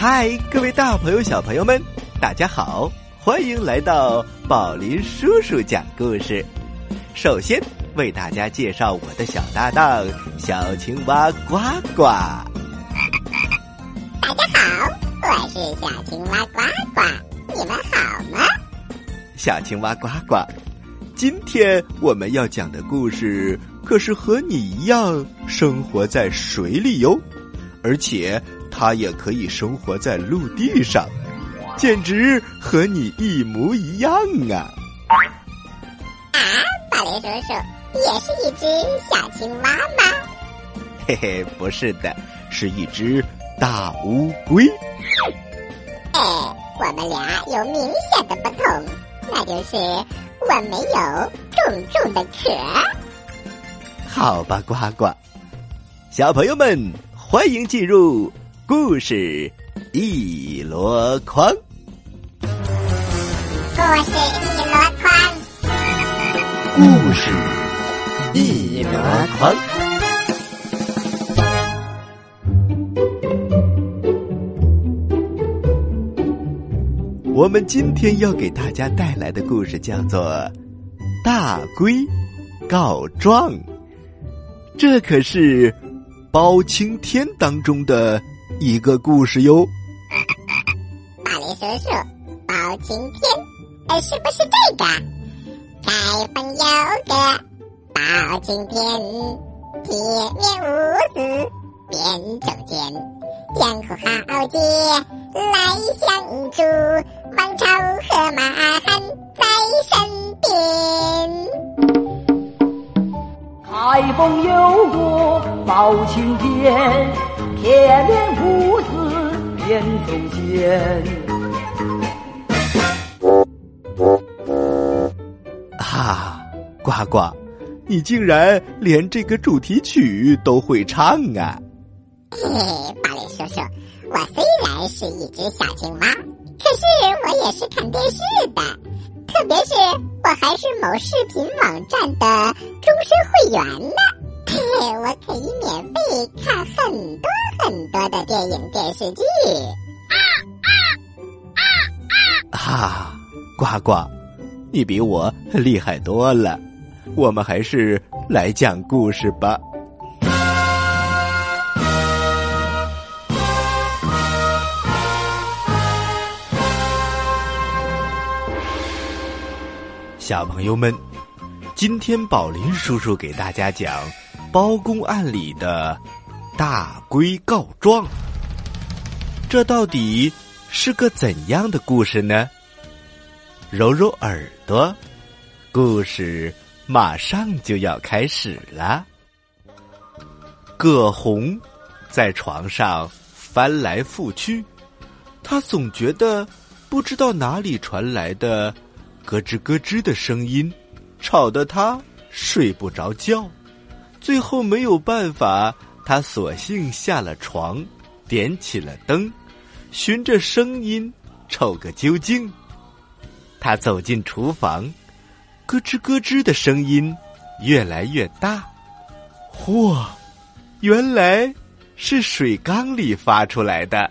嗨，各位大朋友小朋友们，大家好，欢迎来到宝林叔叔讲故事。首先为大家介绍我的小搭档小青蛙呱呱。 大家好，我是小青蛙呱呱，你们好吗？ 小青蛙呱呱，今天我们要讲的故事可是和你一样生活在水里哟，而且它也可以生活在陆地上，简直和你一模一样啊！ 宝林叔叔也是一只小青蛙吗？ 嘿嘿，不是的，是一只大乌龟。 我们俩有明显的不同，那就是我没有重重的壳。 好吧，呱呱，小朋友们，欢迎进入故事一箩筐。 故事一箩筐， 故事一箩筐。我们今天要给大家带来的故事叫做《大龟告状》，这可是包青天当中的一个故事哟。 宝林叔叔，包青天，是不是这个？开封有个包青天，铁面无私辨忠奸，江湖豪杰来相助，王朝和马汉在身边。 开封有个包青天，铁面无私辨忠奸。 呱呱，你竟然连这个主题曲都会唱啊！ 宝林叔叔，我虽然是一只小青蛙，可是我也是看电视的，特别是我还是某视频网站的终身会员呢。我可以免费看很多很多的电影电视剧。 呱呱，你比我厉害多了。我们还是来讲故事吧。小朋友们，今天宝林叔叔给大家讲包公案里的大龟告状。这到底是个怎样的故事呢？揉揉耳朵，故事马上就要开始了。葛洪在床上翻来覆去，他总觉得不知道哪里传来的咯吱咯吱的声音，吵得他睡不着觉。最后没有办法，他索性下了床，点起了灯，循着声音瞅个究竟。他走进厨房，咯吱咯吱的声音越来越大。嚯，原来是水缸里发出来的。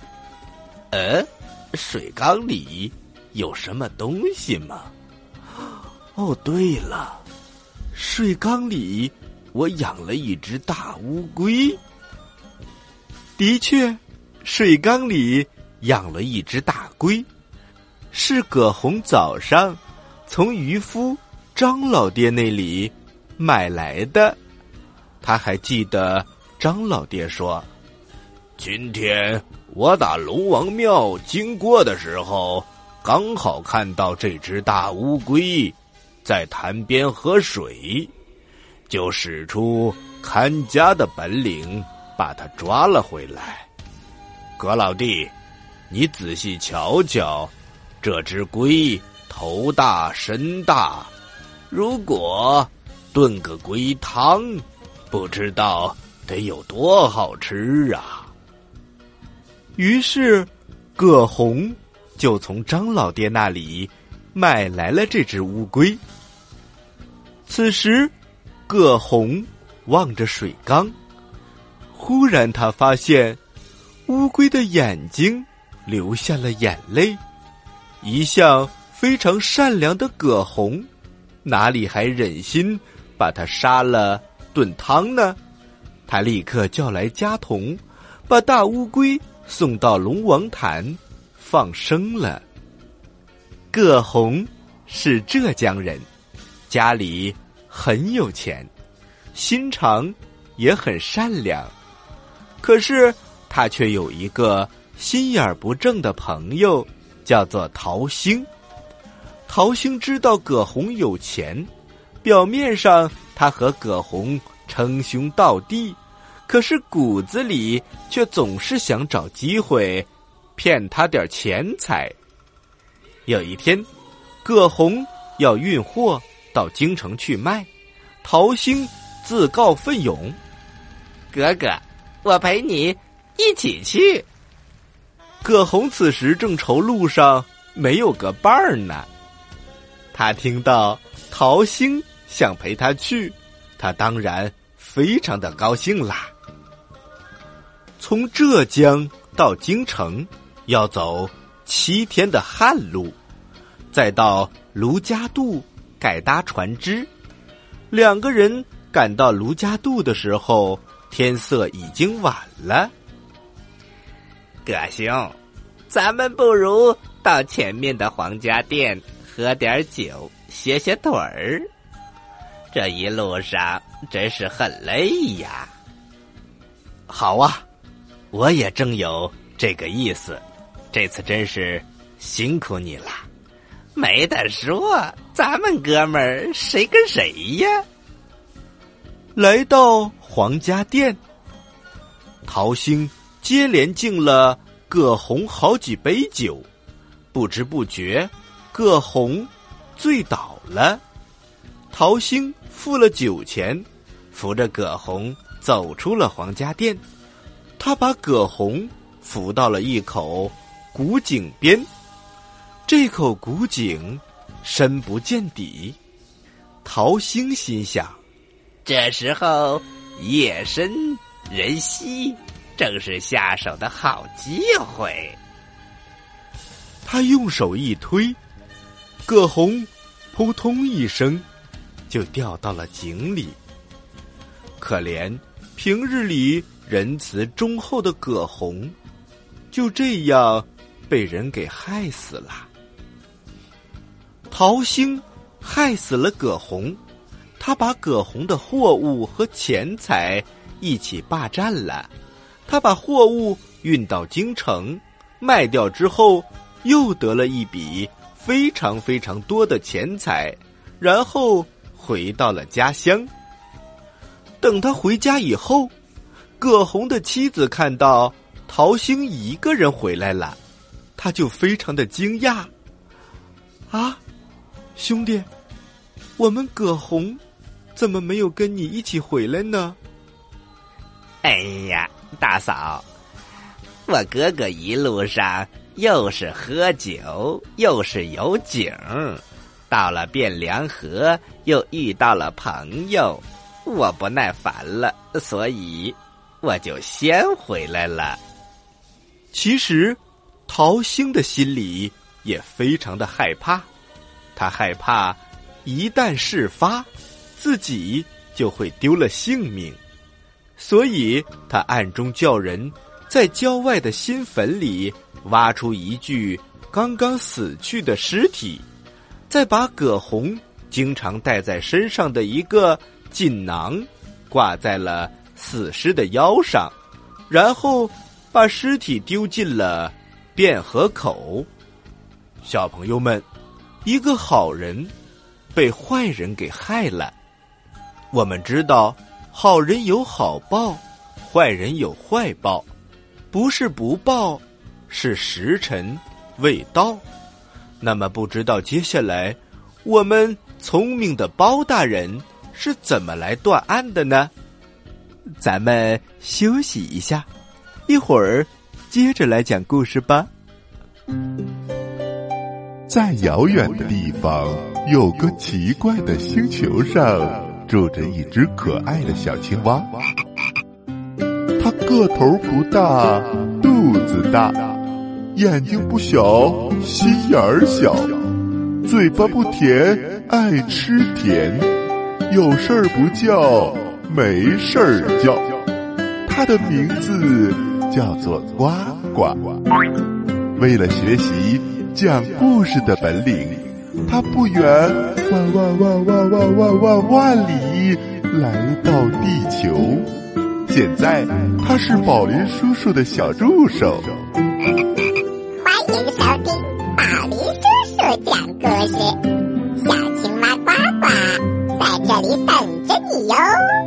水缸里有什么东西吗？哦，对了，水缸里我养了一只大乌龟。的确，水缸里养了一只大龟，是葛洪早上从渔夫张老爹那里买来的。他还记得张老爹说，今天我打龙王庙经过的时候，刚好看到这只大乌龟在潭边喝水，就使出看家的本领把它抓了回来。葛老弟，你仔细瞧瞧，这只龟头大身大，如果炖个龟汤，不知道得有多好吃啊！于是葛洪就从张老爹那里买来了这只乌龟。此时葛洪望着水缸，忽然他发现乌龟的眼睛流下了眼泪。一向非常善良的葛洪，哪里还忍心把它杀了炖汤呢？他立刻叫来家童，把大乌龟送到龙王潭放生了。葛洪是浙江人，家里很有钱，心肠也很善良。可是他却有一个心眼不正的朋友，叫做陶兴。陶兴知道葛洪有钱，表面上他和葛洪称兄道弟，可是骨子里却总是想找机会骗他点钱财。有一天，葛洪要运货到京城去卖，陶兴自告奋勇：“ 哥哥，我陪你一起去。” 葛洪此时正愁路上没有个伴儿呢。他听到陶兴想陪他去，他当然非常的高兴啦。从浙江到京城要走7天的旱路，再到卢家渡改搭船只。2个人赶到卢家渡的时候，天色已经晚了。 葛兄，咱们不如到前面的黄家店喝点酒，歇歇腿儿。这一路上真是很累呀。 好啊，我也正有这个意思，这次真是辛苦你了。 没得说，咱们哥们儿谁跟谁呀？ 来到黄家店，陶兴接连敬了葛洪好几杯酒，不知不觉葛洪醉倒了。陶兴付了酒钱，扶着葛洪走出了黄家店。他把葛洪扶到了一口古井边，这口古井深不见底。陶兴心想， 这时候夜深人稀，正是下手的好机会。 他用手一推，葛洪扑通一声就掉到了井里。可怜平日里仁慈忠厚的葛洪，就这样被人给害死了。陶兴害死了葛洪，他把葛洪的货物和钱财一起霸占了。他把货物运到京城，卖掉之后，又得了一笔非常非常多的钱财，然后回到了家乡。等他回家以后，葛洪的妻子看到陶兴一个人回来了，他就非常的惊讶。啊，兄弟，我们葛洪怎么没有跟你一起回来呢？ 哎呀，大嫂，我哥哥一路上又是喝酒又是游井，到了汴梁河又遇到了朋友，我不耐烦了，所以我就先回来了。 其实陶兴的心里也非常的害怕，他害怕一旦事发，自己就会丢了性命，所以他暗中叫人在郊外的新坟里挖出一具刚刚死去的尸体，再把葛洪经常带在身上的一个锦囊挂在了死尸的腰上，然后把尸体丢进了汴河口。小朋友们，一个好人被坏人给害了。我们知道，好人有好报，坏人有坏报，不是不报，是时辰未到。那么不知道接下来我们聪明的包大人是怎么来断案的呢？咱们休息一下，一会儿接着来讲故事吧。 在遥远的地方，有个奇怪的星球上，住着一只可爱的小青蛙。它个头不大，肚肚子大，眼睛不小，心眼儿小，嘴巴不甜，爱吃甜，有事儿不叫，没事儿叫。它的名字叫做呱呱。为了学习讲故事的本领，它不远万里来到地球。现在他是宝林叔叔的小助手。 欢迎收听宝林叔叔讲故事，小青蛙呱呱在这里等着你哟。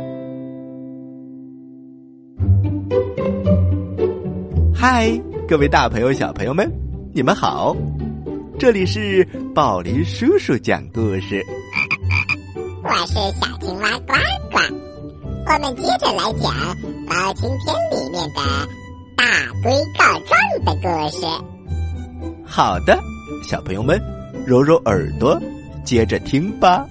嗨，各位大朋友小朋友们，你们好，这里是宝林叔叔讲故事。 我是小青蛙呱呱，我们接着来讲包青天里面的大龟告状的故事。 好的，小朋友们，揉揉耳朵，接着听吧。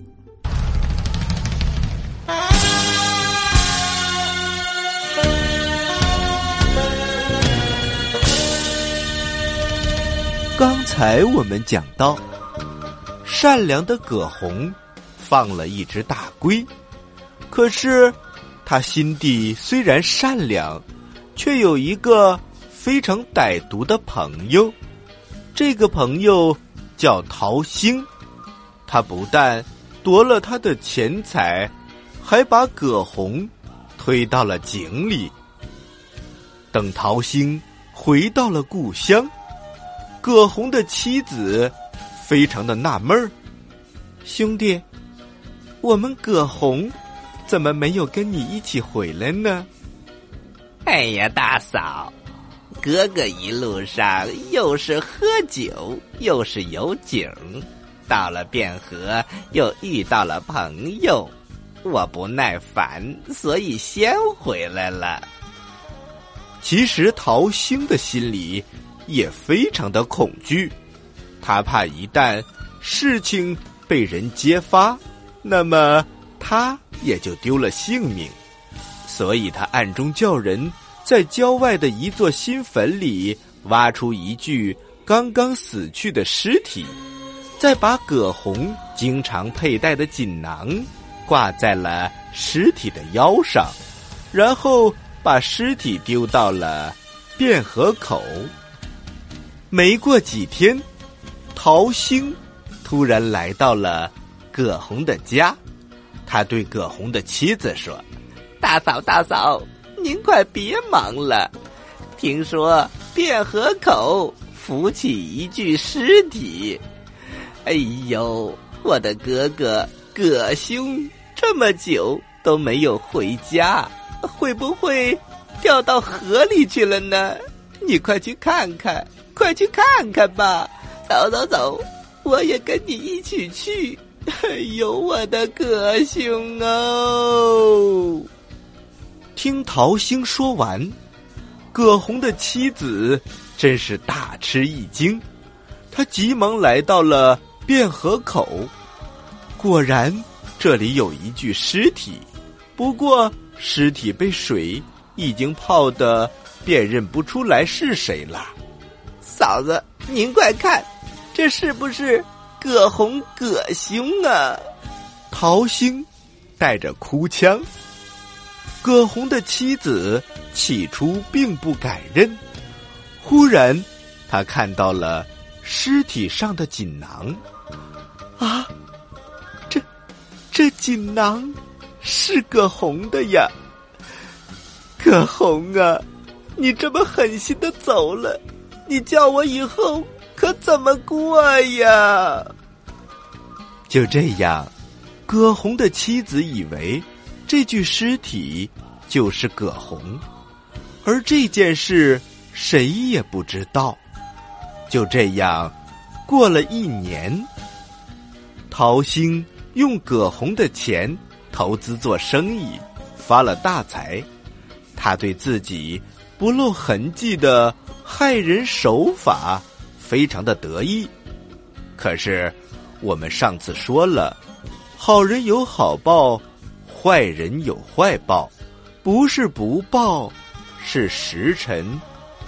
刚才我们讲到，善良的葛洪放了一只大龟，可是他心地虽然善良，却有一个非常歹毒的朋友。这个朋友叫陶兴，他不但夺了他的钱财，还把葛洪推到了井里。等陶兴回到了故乡，葛洪的妻子非常的纳闷儿，兄弟，我们葛洪怎么没有跟你一起回来呢？ 哎呀，大嫂，哥哥一路上又是喝酒，又是游井，到了汴河又遇到了朋友，我不耐烦，所以先回来了。 其实陶兴的心里也非常的恐惧，他怕一旦事情被人揭发，那么他也就丢了性命，所以他暗中叫人在郊外的一座新坟里挖出一具刚刚死去的尸体，再把葛洪经常佩戴的锦囊挂在了尸体的腰上，然后把尸体丢到了汴河口。没过几天，陶兴突然来到了葛洪的家，他对葛洪的妻子说： 大嫂，您快别忙了，听说汴河口浮起一具尸体，哎呦，我的哥哥葛兄这么久都没有回家，会不会掉到河里去了呢？你快去看看，快去看看吧！走，我也跟你一起去。哎呦，我的葛兄哦！ 听陶兴说完，葛洪的妻子真是大吃一惊，她急忙来到了汴河口，果然这里有一具尸体，不过尸体被水已经泡得辨认不出来是谁了。 嫂子，您快看，这是不是葛洪葛兄啊？ 陶兴带着哭腔。葛洪的妻子起初并不敢认，忽然他看到了尸体上的锦囊。啊，这锦囊是葛洪的呀！葛洪啊，你这么狠心的走了，你叫我以后可怎么过呀？就这样，葛洪的妻子以为这具尸体就是葛洪，而这件事谁也不知道。就这样过了1年，陶兴用葛洪的钱投资做生意，发了大财。他对自己不露痕迹的害人手法非常的得意。可是我们上次说了，好人有好报，坏人有坏报，不是不报，是时辰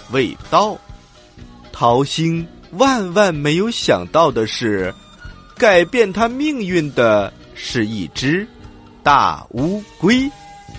未到。陶兴万万没有想到的是，改变他命运的是一只大乌龟。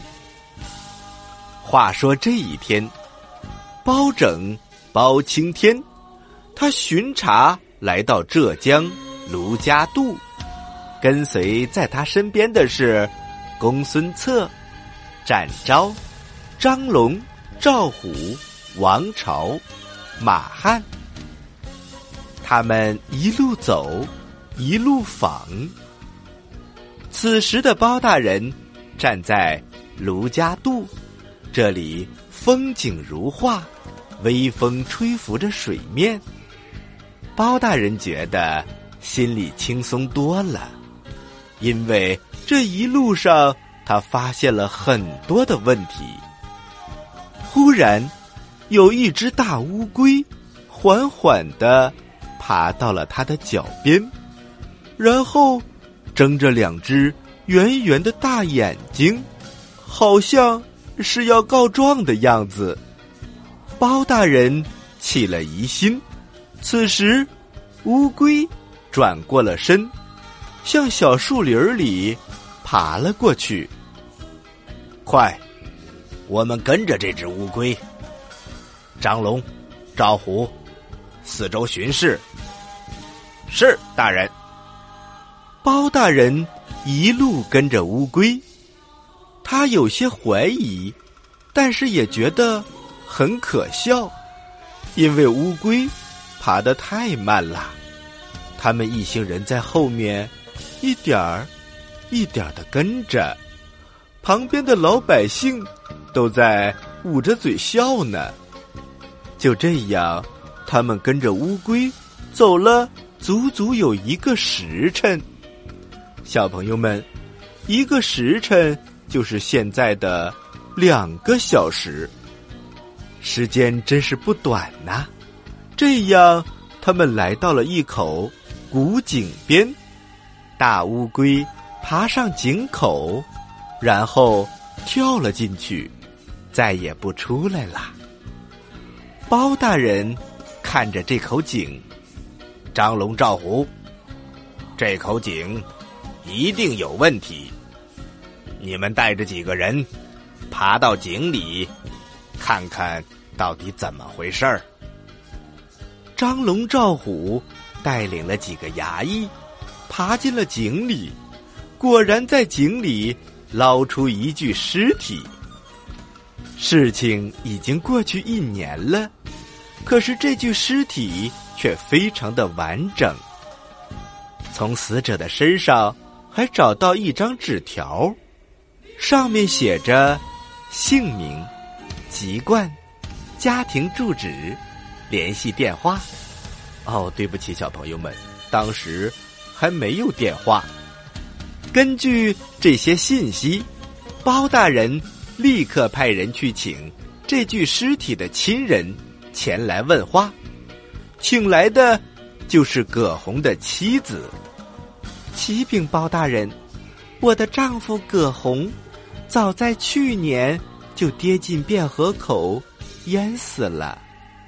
话说这一天，包拯、包青天，他巡查来到浙江卢家渡，跟随在他身边的是公孙策、展昭、张龙、赵虎、王朝、马汉。他们一路走，一路访。此时的包大人站在卢家渡，这里风景如画，微风吹拂着水面。包大人觉得心里轻松多了，因为这一路上他发现了很多的问题。忽然有一只大乌龟缓缓地爬到了他的脚边，然后睁着两只圆圆的大眼睛，好像是要告状的样子。包大人起了疑心，此时乌龟转过了身，向小树林里爬了过去。 快，我们跟着这只乌龟。张龙、赵虎，四周巡视。是，大人。 包大人一路跟着乌龟，他有些怀疑，但是也觉得很可笑，因为乌龟爬得太慢了。他们一行人在后面一点儿一点儿地跟着，旁边的老百姓都在捂着嘴笑呢。就这样，他们跟着乌龟走了足足有1个时辰。小朋友们，1个时辰就是现在的2个小时，时间真是不短呐。这样，他们来到了一口古井边，大乌龟爬上井口，然后跳了进去，再也不出来了。包大人看着这口井， 张龙、赵虎，这口井一定有问题。你们带着几个人爬到井里，看看到底怎么回事儿。 张龙、赵虎带领了几个衙役，爬进了井里，果然在井里捞出一具尸体。事情已经过去1年了，可是这具尸体却非常的完整。从死者的身上还找到一张纸条，上面写着姓名、籍贯、家庭住址、联系电话。哦，对不起小朋友们，当时还没有电话。根据这些信息，包大人立刻派人去请这具尸体的亲人前来问话。请来的就是葛洪的妻子。启禀包大人，我的丈夫葛洪早在去年就跌进汴河口淹死了。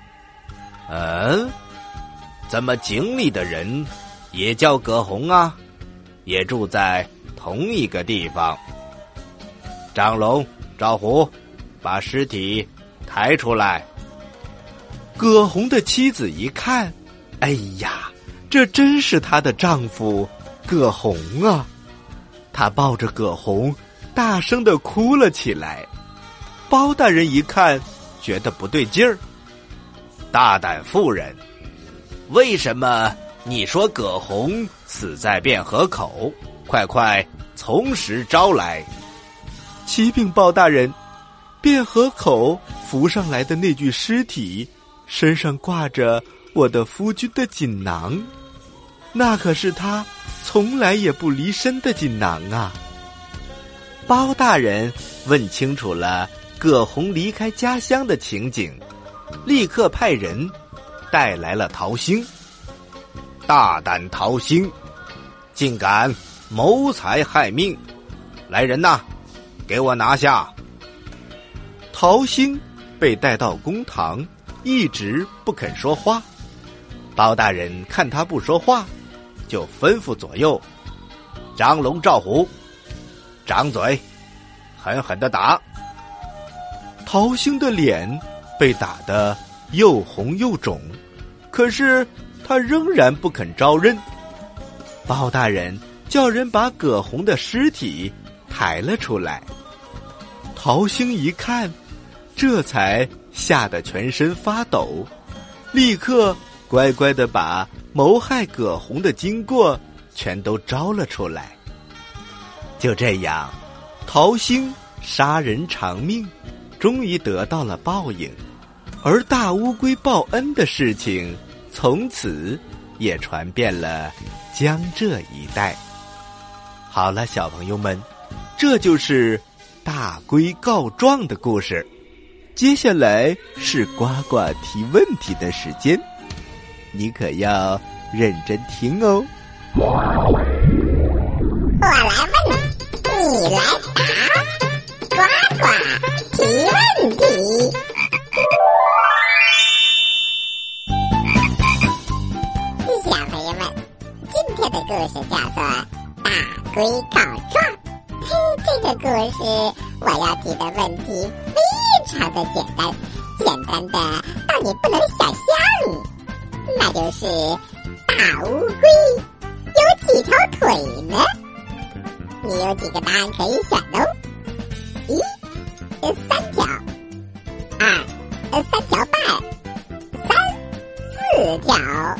怎么井里的人也叫葛洪啊？也住在同一个地方。张龙、赵虎，把尸体抬出来。 葛洪的妻子一看，哎呀，这真是她的丈夫葛洪啊！她抱着葛洪，大声地哭了起来。包大人一看，觉得不对劲儿。 大胆妇人，为什么你说葛洪死在汴河口？快从实招来。 启禀包大人，汴河口浮上来的那具尸体身上挂着我的夫君的锦囊，那可是他从来也不离身的锦囊啊。包大人问清楚了葛洪离开家乡的情景，立刻派人带来了陶兴。 大胆陶兴，竟敢谋财害命！来人呐，给我拿下！ 陶兴被带到公堂， 一直不肯说话。包大人看他不说话，就吩咐左右张龙赵虎张嘴，狠狠地打。陶兴的脸被打得又红又肿，可是他仍然不肯招认。包大人叫人把葛洪的尸体抬了出来。陶兴一看，这才吓得全身发抖，立刻乖乖地把谋害葛洪的经过全都招了出来。就这样，陶兴杀人偿命，终于得到了报应，而大乌龟报恩的事情从此也传遍了江浙一带。好了，小朋友们，这就是大龟告状的故事。接下来是呱呱提问题的时间，你可要认真听哦。 我来问，你来答，呱呱提问题。小朋友们，今天的故事叫做《大龟告状》。这个故事我要提的问题非常的简单，简单的到你不能想象。那就是大乌龟有几条腿呢？你有几个答案可以选哦？1、3条，2、3条半，3、4条。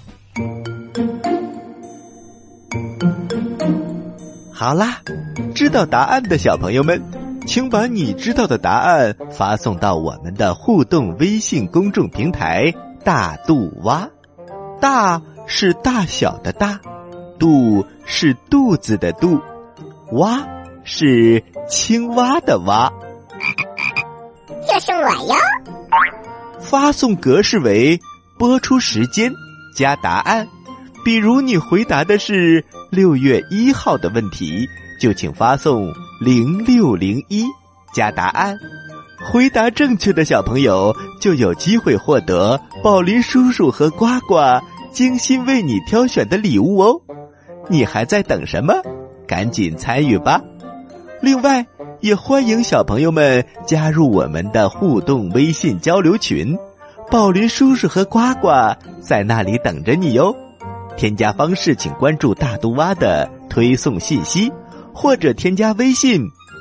好啦，知道答案的小朋友们，请把你知道的答案发送到我们的互动微信公众平台大肚蛙。大是大小的大，肚是肚子的肚，蛙是青蛙的蛙。 就是我哟。 发送格式为播出时间加答案。比如你回答的是6月1号的问题，就请发送0601加答案。回答正确的小朋友就有机会获得宝林叔叔和呱呱精心为你挑选的礼物哦。你还在等什么？赶紧参与吧。另外，也欢迎小朋友们加入我们的互动微信交流群，宝林叔叔和呱呱在那里等着你哟。添加方式请关注大肚蛙的推送信息，或者添加微信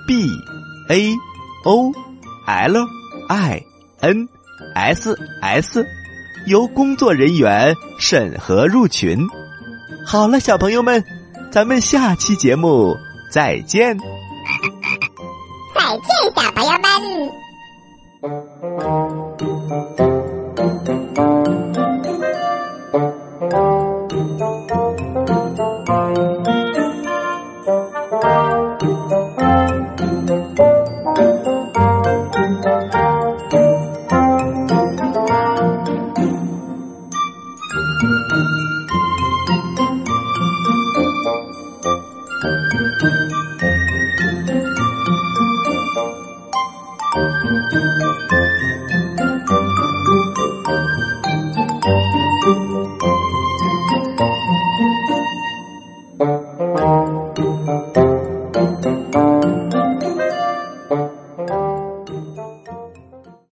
BAOLINSS， 由工作人员审核入群。好了，小朋友们，咱们下期节目再见。 再见，小朋友们。